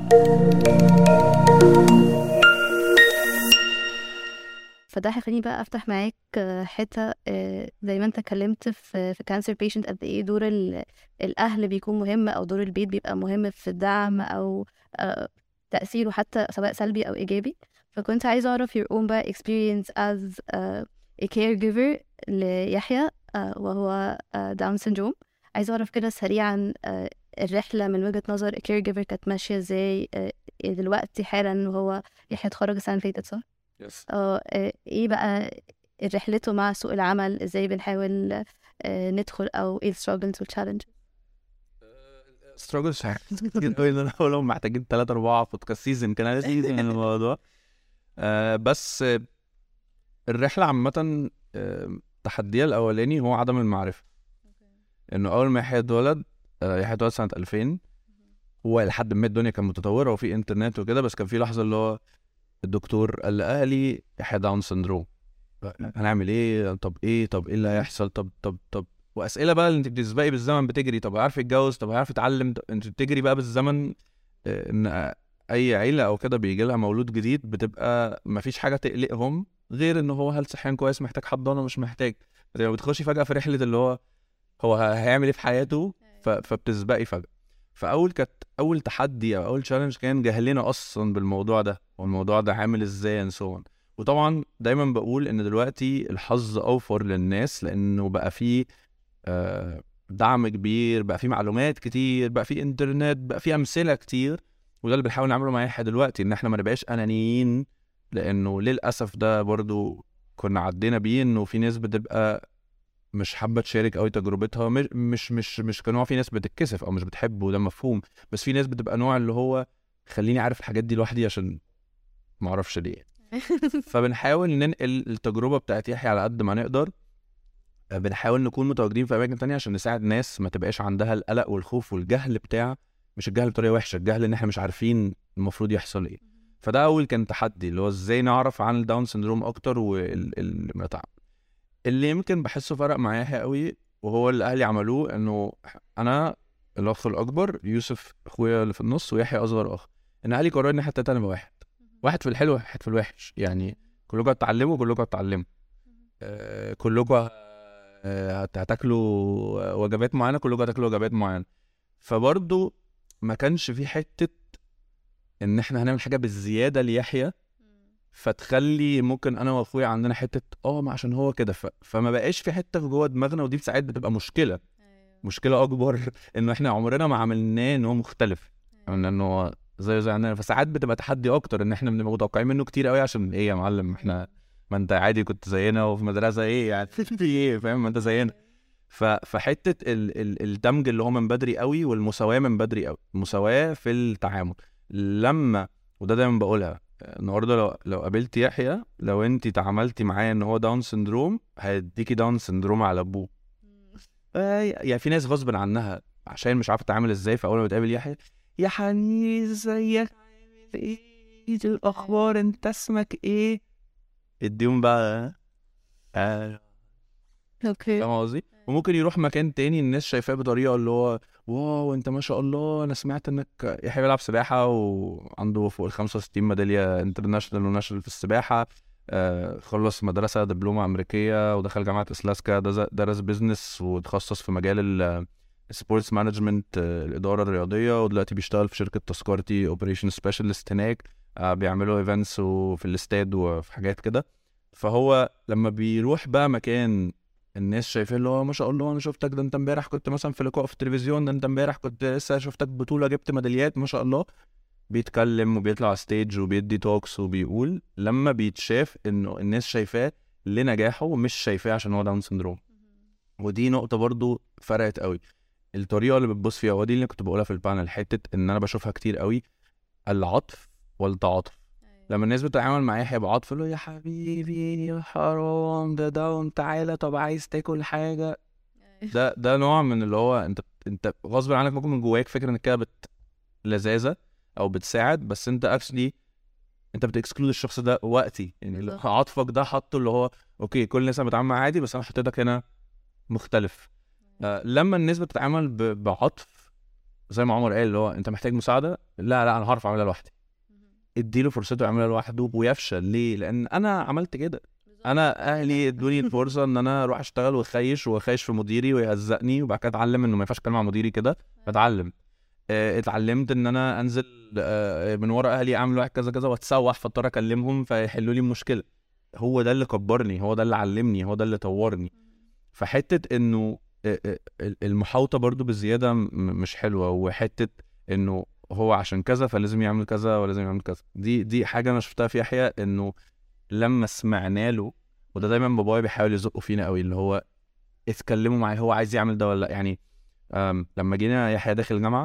فده هيخليني بقى افتح معاك حته زي ما انت اتكلمت في كانسر بيشنت قد ايه دور الاهل بيكون مهم، او دور البيت بيبقى مهم في الدعم او تاثيره حتى سواء سلبي او ايجابي. فكنت عايزه اعرف your own بقى experience as a caregiver ليحيى وهو داون سيندروم. عايزه اعرف كده سريعا الرحله من وجهه نظر caregiver كانت ماشيه ازاي دلوقتي حالا، وهو يحيى اتخرج السنه اللي فاتت، صح؟ ايه بقى رحلته مع سوق العمل، ازاي بنحاول ندخل، او ايه struggles والchallenge؟ struggles كتير قوي ان انا اقولهم، محتاجين 3-4 بودكاست سيزون كان لذيذ يعني الموضوع. بس الرحله عامه تحديها الاولاني هو عدم المعرفه. انه اول ما يحيى اتولد سنه 2000، هو لحد ما الدنيا كانت متطوره وفي انترنت وكده، بس كان في لحظه اللي هو الدكتور قال لأهلي يحيى داون سندروم، هنعمل ايه؟ طب ايه اللي هيحصل؟ طب واسئله بقى اللي انت بتسبقي بالزمن بتجري. طب عارف يتجوز؟ طب عارف يتعلم؟ انت بتجري بقى بالزمن. ان اي عيله او كده بيجي لها مولود جديد بتبقى ما فيش حاجه تقلقهم غير ان هو هل صحيان كويس، محتاج حضانه مش محتاج. بتخشي فجاه في رحله اللي هو هيعمل ايه في حياته، فبتسبقي فجاه. اول تحدي او اول تشالنج كان جهلنا اصلا بالموضوع ده، والموضوع ده عامل ازاي انسون. وطبعا دايما بقول ان دلوقتي الحظ اوفر للناس، لانه بقى فيه دعم كبير، بقى فيه معلومات كتير، بقى فيه انترنت، بقى فيه امثله كتير. وده اللي بنحاول نعمله مع احنا دلوقتي، ان احنا ما نبقاش انانيين، لانه للاسف ده برضو كنا عدينا بيه، انه في ناس بتبقى مش حابه تشارك قوي تجربتها، مش كنوع. في ناس بتتكسف او مش بتحب، وده مفهوم. بس في ناس بتبقى نوع اللي هو خليني عارف الحاجات دي لوحدي عشان ما اعرفش ليه. فبنحاول ننقل التجربه بتاعت يحيى على قد ما نقدر. بنحاول نكون متواجدين في اماكن تانية عشان نساعد ناس ما تبقاش عندها القلق والخوف والجهل بتاع، مش الجهل بطريقه وحشه، الجهل ان احنا مش عارفين المفروض يحصل ايه. فده اول كان تحدي، اللي هو ازاي نعرف عن الداون سندروم اكتر والمتعب. اللي يمكن بحسه فرق معايا قوي، وهو اللي اهلي عملوه، انه انا الاخ الاكبر، يوسف اخويا اللي في النص، ويحيى اصغر اخ. ان اهلي قرروا ان احنا التلاته نبقى واحد في الحلو واحد في الوحش. يعني كلكم هتتعلموا، كلكم هتتعلموا، كلكم هتاكلوا وجبات معينه، كلكم هتاكلوا وجبات معينه. فبرضو ما كانش في حته ان احنا هنعمل حاجه بالزياده ليحيى فتخلي ممكن انا واخويا عندنا حته ما عشان هو كده، فما بقاش في حته في جوه دماغنا. ودي ساعات بتبقى مشكله اكبر انه احنا عمرنا ما عملناه ان هو مختلف، انه زي عندنا. فساعات بتبقى تحدي اكتر ان احنا بنبقى متوقعين منه كتير قوي، عشان ايه يا معلم احنا، ما انت عادي كنت زينا وفي مدرسه ايه يعني في ايه، فاهم؟ ما انت زينا. فحته الدمج اللي هو من بدري قوي، والمساواه من بدري قوي، المساواه في التعامل. لما وده دايما بقولها النهارده، لو قابلت يحيى، لو انت تعاملتي معاه ان هو داون سندروم، هيديكي داون سندروم على ابوه. يعني في ناس غصب عنها عشان مش عارفه تتعامل ازاي، فاول ما بتقابل يا حبيبي ازيك، ايه الاخبار، انت اسمك ايه، اديهم بقى اوكي. فاهم قصدي؟ وممكن يروح مكان تاني الناس شايفاه بطريقه اللي هو واو انت ما شاء الله، انا سمعت انك يحيى بيلعب سباحه وعنده فوق 65 ميداليه انترناشونال وناشونال في السباحه، خلص مدرسه دبلومه امريكيه ودخل جامعه اسلاسكا، درس بيزنس وتخصص في مجال السبورتس مانجمنت، الاداره الرياضيه، ودلوقتي بيشتغل في شركه تذكرتي اوبريشن سبيشالست هناك، بيعملوا ايفنتس وفي الاستاد وفي حاجات كده. فهو لما بيروح بقى مكان الناس شايفين اللي هو ما شاء الله، انا شفتك، ده انت امبارح كنت مثلا في لقاء في التلفزيون، ده انت امبارح كنت لسه شفتك بطولة جبت ميداليات ما شاء الله، بيتكلم وبيطلع على ستيج وبيدي توكس وبيقول. لما بيتشاف انه الناس شايفاه لنجاحه ومش شايفاه عشان هو داون سندروم. ودي نقطة برضو فرقت قوي، الطريقة اللي بتبص فيها. ودي اللي كنت بقولها في البانل، حتة ان انا بشوفها كتير قوي، العطف والتعاطف. لما الناس بتتعامل معايا هيبقى عاطف، له يا حبيبي يا حرام ده داون، تعالى طب عايز تاكل حاجه. ده نوع من اللي هو انت غصب عنك ممكن من جواك فكره انك كده لذاذه او بتساعد، بس انت اكشلي انت بتكسكلود الشخص ده وقتي. يعني عاطفك ده حطه اللي هو اوكي كل الناس بتتعامل معايا عادي، بس انا حطيتك هنا مختلف. لما الناس بتتعامل بعطف زي ما عمر قال اللي هو انت محتاج مساعده، لا انا هعرف اعملها لوحدي. اديله فرصته يعملها لوحده ويفشل. ليه؟ لان انا عملت كده. انا اهلي ادوني الفرصه ان انا اروح اشتغل واخيش في مديري ويهزقني، وبعد كده اتعلم انه ما ينفعش اتكلم مع مديري كده. بتعلم اتعلمت ان انا انزل من ورا اهلي اعمل واحد كذا كذا واتسوح، فاضطر اكلمهم فيحلوا لي المشكله. هو ده اللي كبرني، هو ده اللي علمني، هو ده اللي طورني. فحته انه المحاوطه برضو بالزياده مش حلوه، وحته انه هو عشان كذا فلازم يعمل كذا ولازم يعمل كذا. دي حاجه انا شفتها في يحيى، انه لما سمعنا له، وده دايما بابايا بيحاول يزقه فينا قوي، اللي هو اتكلموا معاه هو عايز يعمل ده ولا لا. يعني لما جينا يحيى داخل الجامعه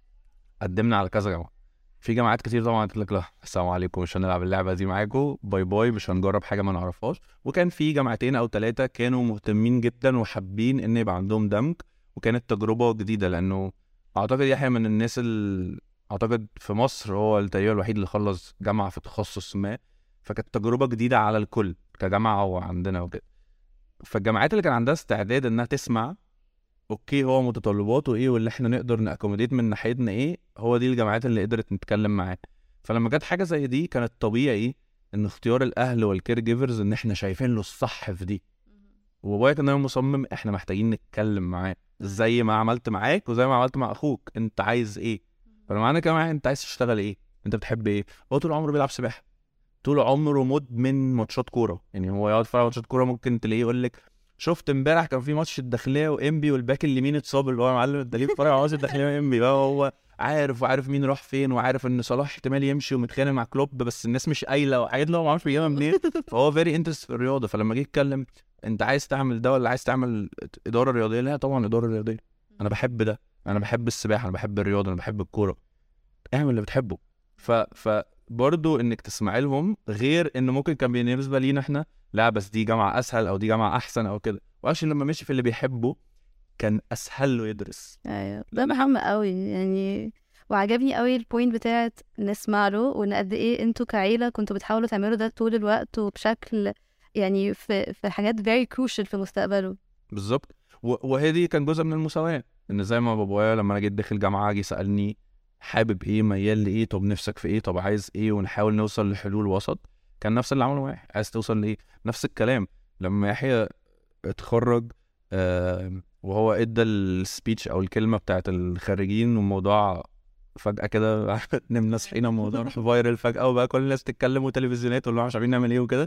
قدمنا على كذا جامعه، في جامعات كتير طبعا قلت لك لا السلام عليكم مش هنلعب اللعبه دي معاكم، باي باي، مش هنجرب حاجه ما نعرفهاش. وكان في جامعتين او 3 كانوا مهتمين جدا وحابين ان يبقى عندهم دمج، وكانت تجربه جديده. لانه اعتقد يحيى من الناس اعتقد في مصر هو التقريبا الوحيد اللي خلص جامعه في تخصص ما، فكانت تجربه جديده على الكل كجامعه وعندنا وكده. فالجامعات اللي كان عندها استعداد انها تسمع اوكي هو متطلباته ايه واللي احنا نقدر ناكوموديت من ناحيتنا ايه، هو دي الجامعات اللي قدرت نتكلم معاه. فلما جت حاجه زي دي كانت طبيعي ان اختيار الاهل والكير جيفرز ان احنا شايفين له الصح في دي. وبابايا كان دايما مصمم احنا محتاجين نتكلم معاه زي ما عملت معاك وزي ما عملت مع اخوك، انت عايز ايه؟ فلما كمان انت عايز تشتغل ايه؟ انت بتحب ايه؟ هو طول عمره بيلعب سباحه، طول عمره مدمن ماتشات كوره. يعني هو يقعد يتفرج على ماتشات كوره، ممكن تلاقيه يقول لك شفت امبارح كان في ماتش الداخليه وانبي والباك اليمين اتصاب، اللي هو يا معلم انت ليه بتتفرج على ماتش الداخليه وانبي؟ هو عارف مين راح فين، وعارف ان صلاح احتمال يمشي ومتخانق مع كلوب بس الناس مش قايله وحاجات اللي هو ما عارفش بيجيبها منين. فهو فيري انترست في الرياضه. فلما جه يتكلم انت عايز تعمل ده ولا عايز تعمل اداره رياضيه؟ لا طبعا اداره رياضيه، انا بحب ده، انا بحب السباحه، انا بحب الرياضه، انا بحب الكوره. اعمل اللي بتحبه. برضو انك تسمع لهم، غير انه ممكن كان بالنسبه لينا احنا لا بس دي جامعه اسهل او دي جامعه احسن او كده، وعشان لما مشي في اللي بيحبه كان اسهل له يدرس. ايوه ده مهم قوي يعني. وعجبني قوي البوينت بتاعت نسمع له، وان قد ايه انتوا كعيله كنتوا بتحاولوا تعملوا ده طول الوقت وبشكل يعني في حاجات very crucial في مستقبله. بالظبط. وهي دي كان جزء من المساواه، ان زي ما بابايا لما انا جيت داخل جامعه جه سالني حابب ايه، ميال لايه، طب نفسك في ايه، طب عايز ايه، ونحاول نوصل لحلول وسط. كان نفس اللي عمله معايا، عايز توصل لايه، نفس الكلام. لما يحيى اتخرج وهو ادى السبيتش او الكلمه بتاعت الخارجين، والموضوع فجاه كده نمنا صحينا الموضوع راح فايرل فجاه، وبقى كل الناس تتكلم وتلفزيونات واللي مش عارفين نعمل ايه وكده.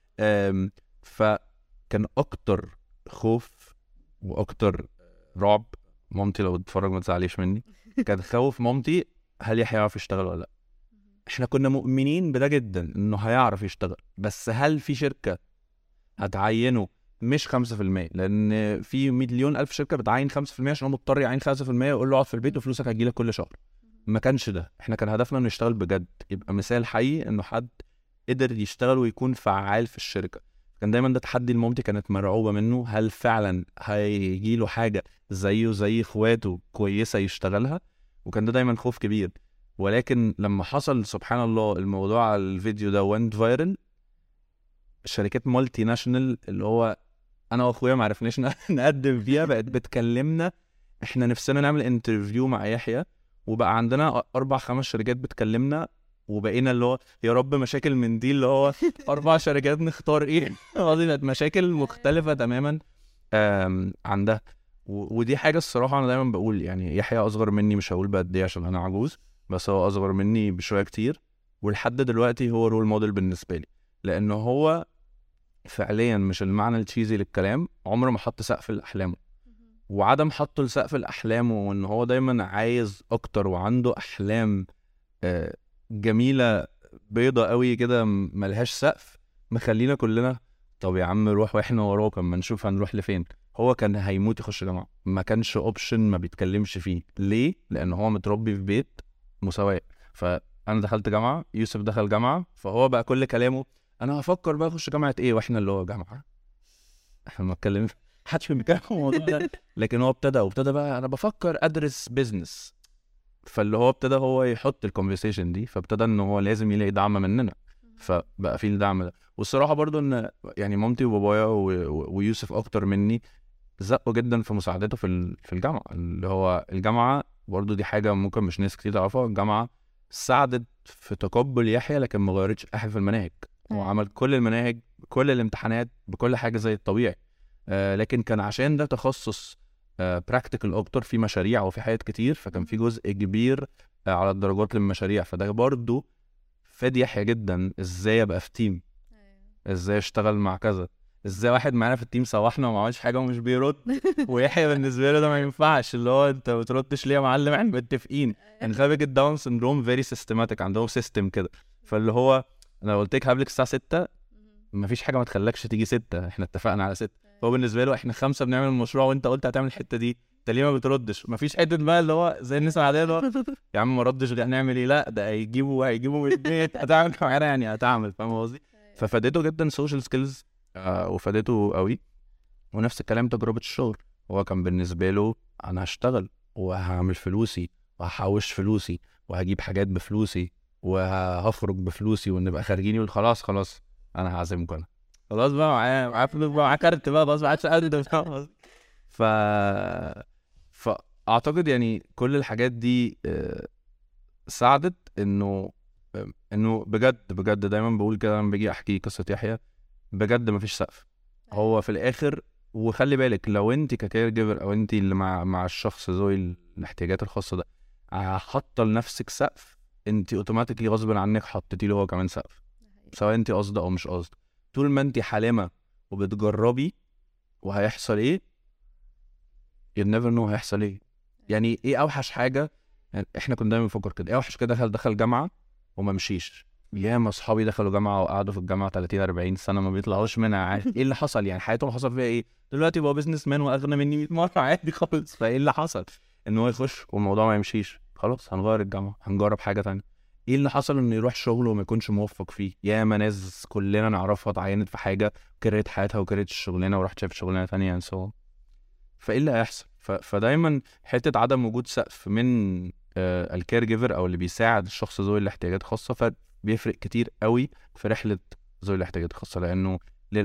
فكان اكتر خوف واكتر رعب، مامتي لو بتتفرج ما تزعليش مني، كان خوف مامتي هل يحيى يعرف يشتغل ولا لا. احنا كنا مؤمنين بده جدا انه هيعرف يشتغل، بس هل في شركه هتعينه مش 5%؟ لان في مليون الف شركه بتعين 5% عشان هو مضطر يعين 5% ويقول له اقعد في البيت وفلوسك هتجيلك كل شهر. ما كانش ده، احنا كان هدفنا انه يشتغل بجد، يبقى مثال حي انه حد قدر يشتغل ويكون فعال في الشركه. كان دايما ده تحدي لمامتي، كانت مرعوبه منه، هل فعلا هيجيله حاجه زيه زي اخواته كويسه يشتغلها؟ وكان ده دايما خوف كبير. ولكن لما حصل سبحان الله الموضوع على الفيديو ده وانت فايرل، شركات مالتي ناشونال اللي هو انا واخويا ما عرفناش نقدم فيها بقت بتكلمنا، احنا نفسنا نعمل انترفيو مع يحيى، وبقى عندنا 4-5 شركات بتكلمنا، وبقينا اللي هو يا رب مشاكل من دي اللي هو 4 شركات نختار ايه. بقت مشاكل مختلفة تماما عندها. ودي حاجة الصراحة انا دايما بقول يعني يحيى اصغر مني، مش هقول بقد ايه عشان انا عجوز، بس هو اصغر مني بشوية كتير، ولحد دلوقتي هو رول موديل بالنسبة لي، لانه هو فعليا مش المعنى التشيزي للكلام، عمره ما حط سقف لأحلامه. وعدم حطه لسقف الأحلام وإن هو دايما عايز أكتر وعنده أحلام جميلة بيضة قوي كده ملهاش سقف، مخلينا كلنا طب يا عم روح واحنا وراك اما نشوف هنروح لفين. هو كان هيموت يخش جامعة، ما كانش اوبشن ما بيتكلمش فيه. ليه؟ لأن هو متربي في بيت مساواة. فأنا دخلت جامعة، يوسف دخل جامعة، فهو بقى كل كلامه انا هفكر بقى اخش جامعه ايه، واحنا اللي هو جامعه احنا ما اتكلمش حدش بيتكلم في الموضوع ده. لكن هو ابتدى بقى انا بفكر ادرس بيزنس، فاللي هو ابتدى هو يحط الكونفرسيشن دي، فابتدى ان هو لازم يلاقي دعم مننا، فبقى في الدعم ده. والصراحه برضو ان يعني مامتي وبابايا ويوسف اكتر مني زقوا جدا في مساعدته في الجامعه، اللي هو الجامعه برضو دي حاجة ممكن مش ناس كتير تعرفها. الجامعة ساعدت في تقبل يحيى لكن ما غيرتش أي حاجة في المناهج. هو عمل كل المناهج بكل الامتحانات بكل حاجة زي الطبيعي، لكن كان عشان ده تخصص براكتيكال اكتر، في مشاريع وفي حاجات كتير، فكان في جزء كبير على الدرجات للمشاريع. فده برضو فاد يحيى جدا ازاي ابقى في تيم، ازاي اشتغل مع كذا، ازاي واحد معانا في التيم سوحنا وما عملش حاجه ومش بيرد ويحيى بالنسبه له ده ما ينفعش، اللي هو انت ما بتردش ليه يا معلم، احنا متفقين. ان خابج الداون سندروم فيري سيستماتيك، عندهم سيستم كده. فاللي هو انا قلت لك هقابلك الساعه 6، مفيش حاجه ما تخلكش تيجي 6، احنا اتفقنا على 6. فهو بالنسبه له احنا 5 بنعمل المشروع وانت قلت هتعمل الحته دي، انت ليه ما بتردش؟ مفيش حته بقى اللي هو زي الناس العاديه اللي هو يا عم ما ردش هنعمل ايه، لا ده هيجيبوا من البيت، هتعمل معانا يعني هتعمل، فاهم قصدي؟ ففادته جدا سوشيال سكيلز وفادته قوي. ونفس الكلام تجربه الشغل، هو كان بالنسبه له انا هشتغل وهعمل فلوسي وهحوش فلوسي وهجيب حاجات بفلوسي وهخرج بفلوسي، ونبقى خارجين يقول خلاص انا هعزمكم، انا خلاص بقى معايا فلوس بقى، معايا كارت بقى، خلاص ما عادش قادر. فاعتقد يعني كل الحاجات دي ساعدت انه بجد دايما بقول كده لما باجي احكي قصه يحيى، بجد مفيش سقف. هو في الاخر، وخلي بالك لو انت ككير جيفر او انت اللي مع الشخص ذوي الاحتياجات الخاصه ده حاطه لنفسك سقف، انت اوتوماتيكلي غصب عنك حطيتي له هو كمان سقف، سواء انت قصده او مش قصده. طول ما انت حالمه وبتجربي وهيحصل ايه، you never know هيحصل ايه. يعني ايه اوحش حاجه؟ يعني احنا كنا دايما بنفكر كده، ايه اوحش كده؟ دخل جامعه وما مشيش. ياما اصحابي دخلوا جامعه وقعدوا في الجامعه 30 40 سنه ما بيطلعوش منها. عارف ايه اللي حصل؟ يعني حياتهم حصل فيها ايه؟ دلوقتي بقى بيزنس مان واغنى مني 100 مره عادي خالص. فايه اللي حصل؟ ان هو يخش والموضوع ما يمشيش، خلاص هنغير الجامعه، هنجرب حاجه تانية. ايه اللي حصل؟ انه يروح شغله وما يكونش موفق فيه. ياما ناس كلنا نعرفها اتعينت في حاجه كرهت حياتها وكرهت الشغلانه وراحت شافت شغلانه تانية and so on. فايه اللي هيحصل؟ فدايما حته عدم وجود سقف من الكير جيفر او اللي بيساعد الشخص ذوي الاحتياجات الخاصه، فبيفرق كتير قوي في رحله ذوي الاحتياجات الخاصه. لانه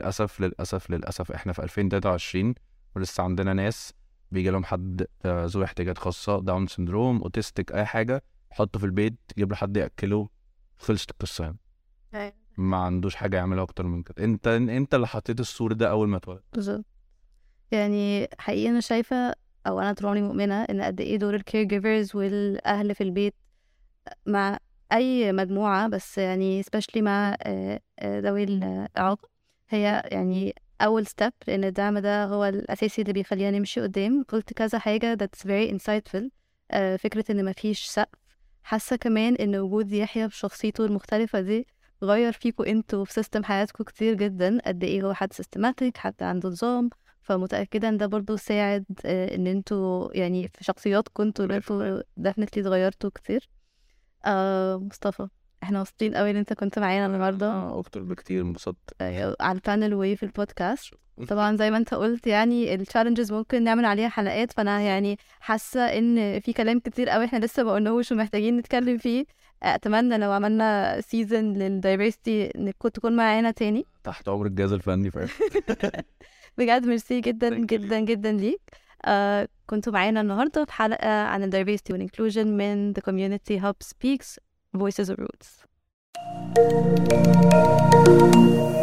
للاسف احنا في 2023 ولسه عندنا ناس بيجي لهم حد ذوي احتياجات خاصه، داون سندروم، اوتيستيك، اي حاجه، يحطه في البيت، يجيب له حد ياكله، خلصت القصه يعني. ما عندوش حاجه يعملها اكتر من كده. انت اللي حطيت السور ده اول ما اتولد. بالظبط. يعني حقيقي انا شايفه، او انا طول عمري مؤمنه ان قد ايه دور الكير جيفرز والاهل في البيت مع اي مجموعه، بس يعني especially مع ذوي الاعاقه، هي يعني اول ستيب، لان الدعم ده هو الاساسي اللي بيخلينا نمشي قدام. قلت كذا حاجه that's very insightful. فكره ان مفيش سقف، حاسه كمان ان وجود يحيى بشخصيته المختلفه دي غير فيكوا انتوا في سيستم حياتكم كتير جدا. قد ايه هو حد سيستماتيك، حد عنده نظام، فمتأكدة ان ده برضو ساعد ان انتوا يعني في شخصياتكم انتوا ان انتوا definitely اتغيرتوا كتير. مصطفى، احنا مبسوطين قوي ان انت كنت معانا النهارده. اكتر بكتير انبسطت على البانل وفي البودكاست. طبعا زي ما انت قلت يعني التشالنجز ممكن نعمل عليها حلقات، فانا يعني حاسه ان في كلام كتير قوي احنا لسه ما قلناهوش ومحتاجين نتكلم فيه. اتمنى لو عملنا سيزون للدايفرستي انك تكون معانا تاني. تحت امر الجهاز الفني بجد ميرسي جدا جدا جدا ليك. كنتوا معانا النهارده في حلقه عن الدايفرستي والانكلوجن من The Community Hub Speaks Voices of Roots.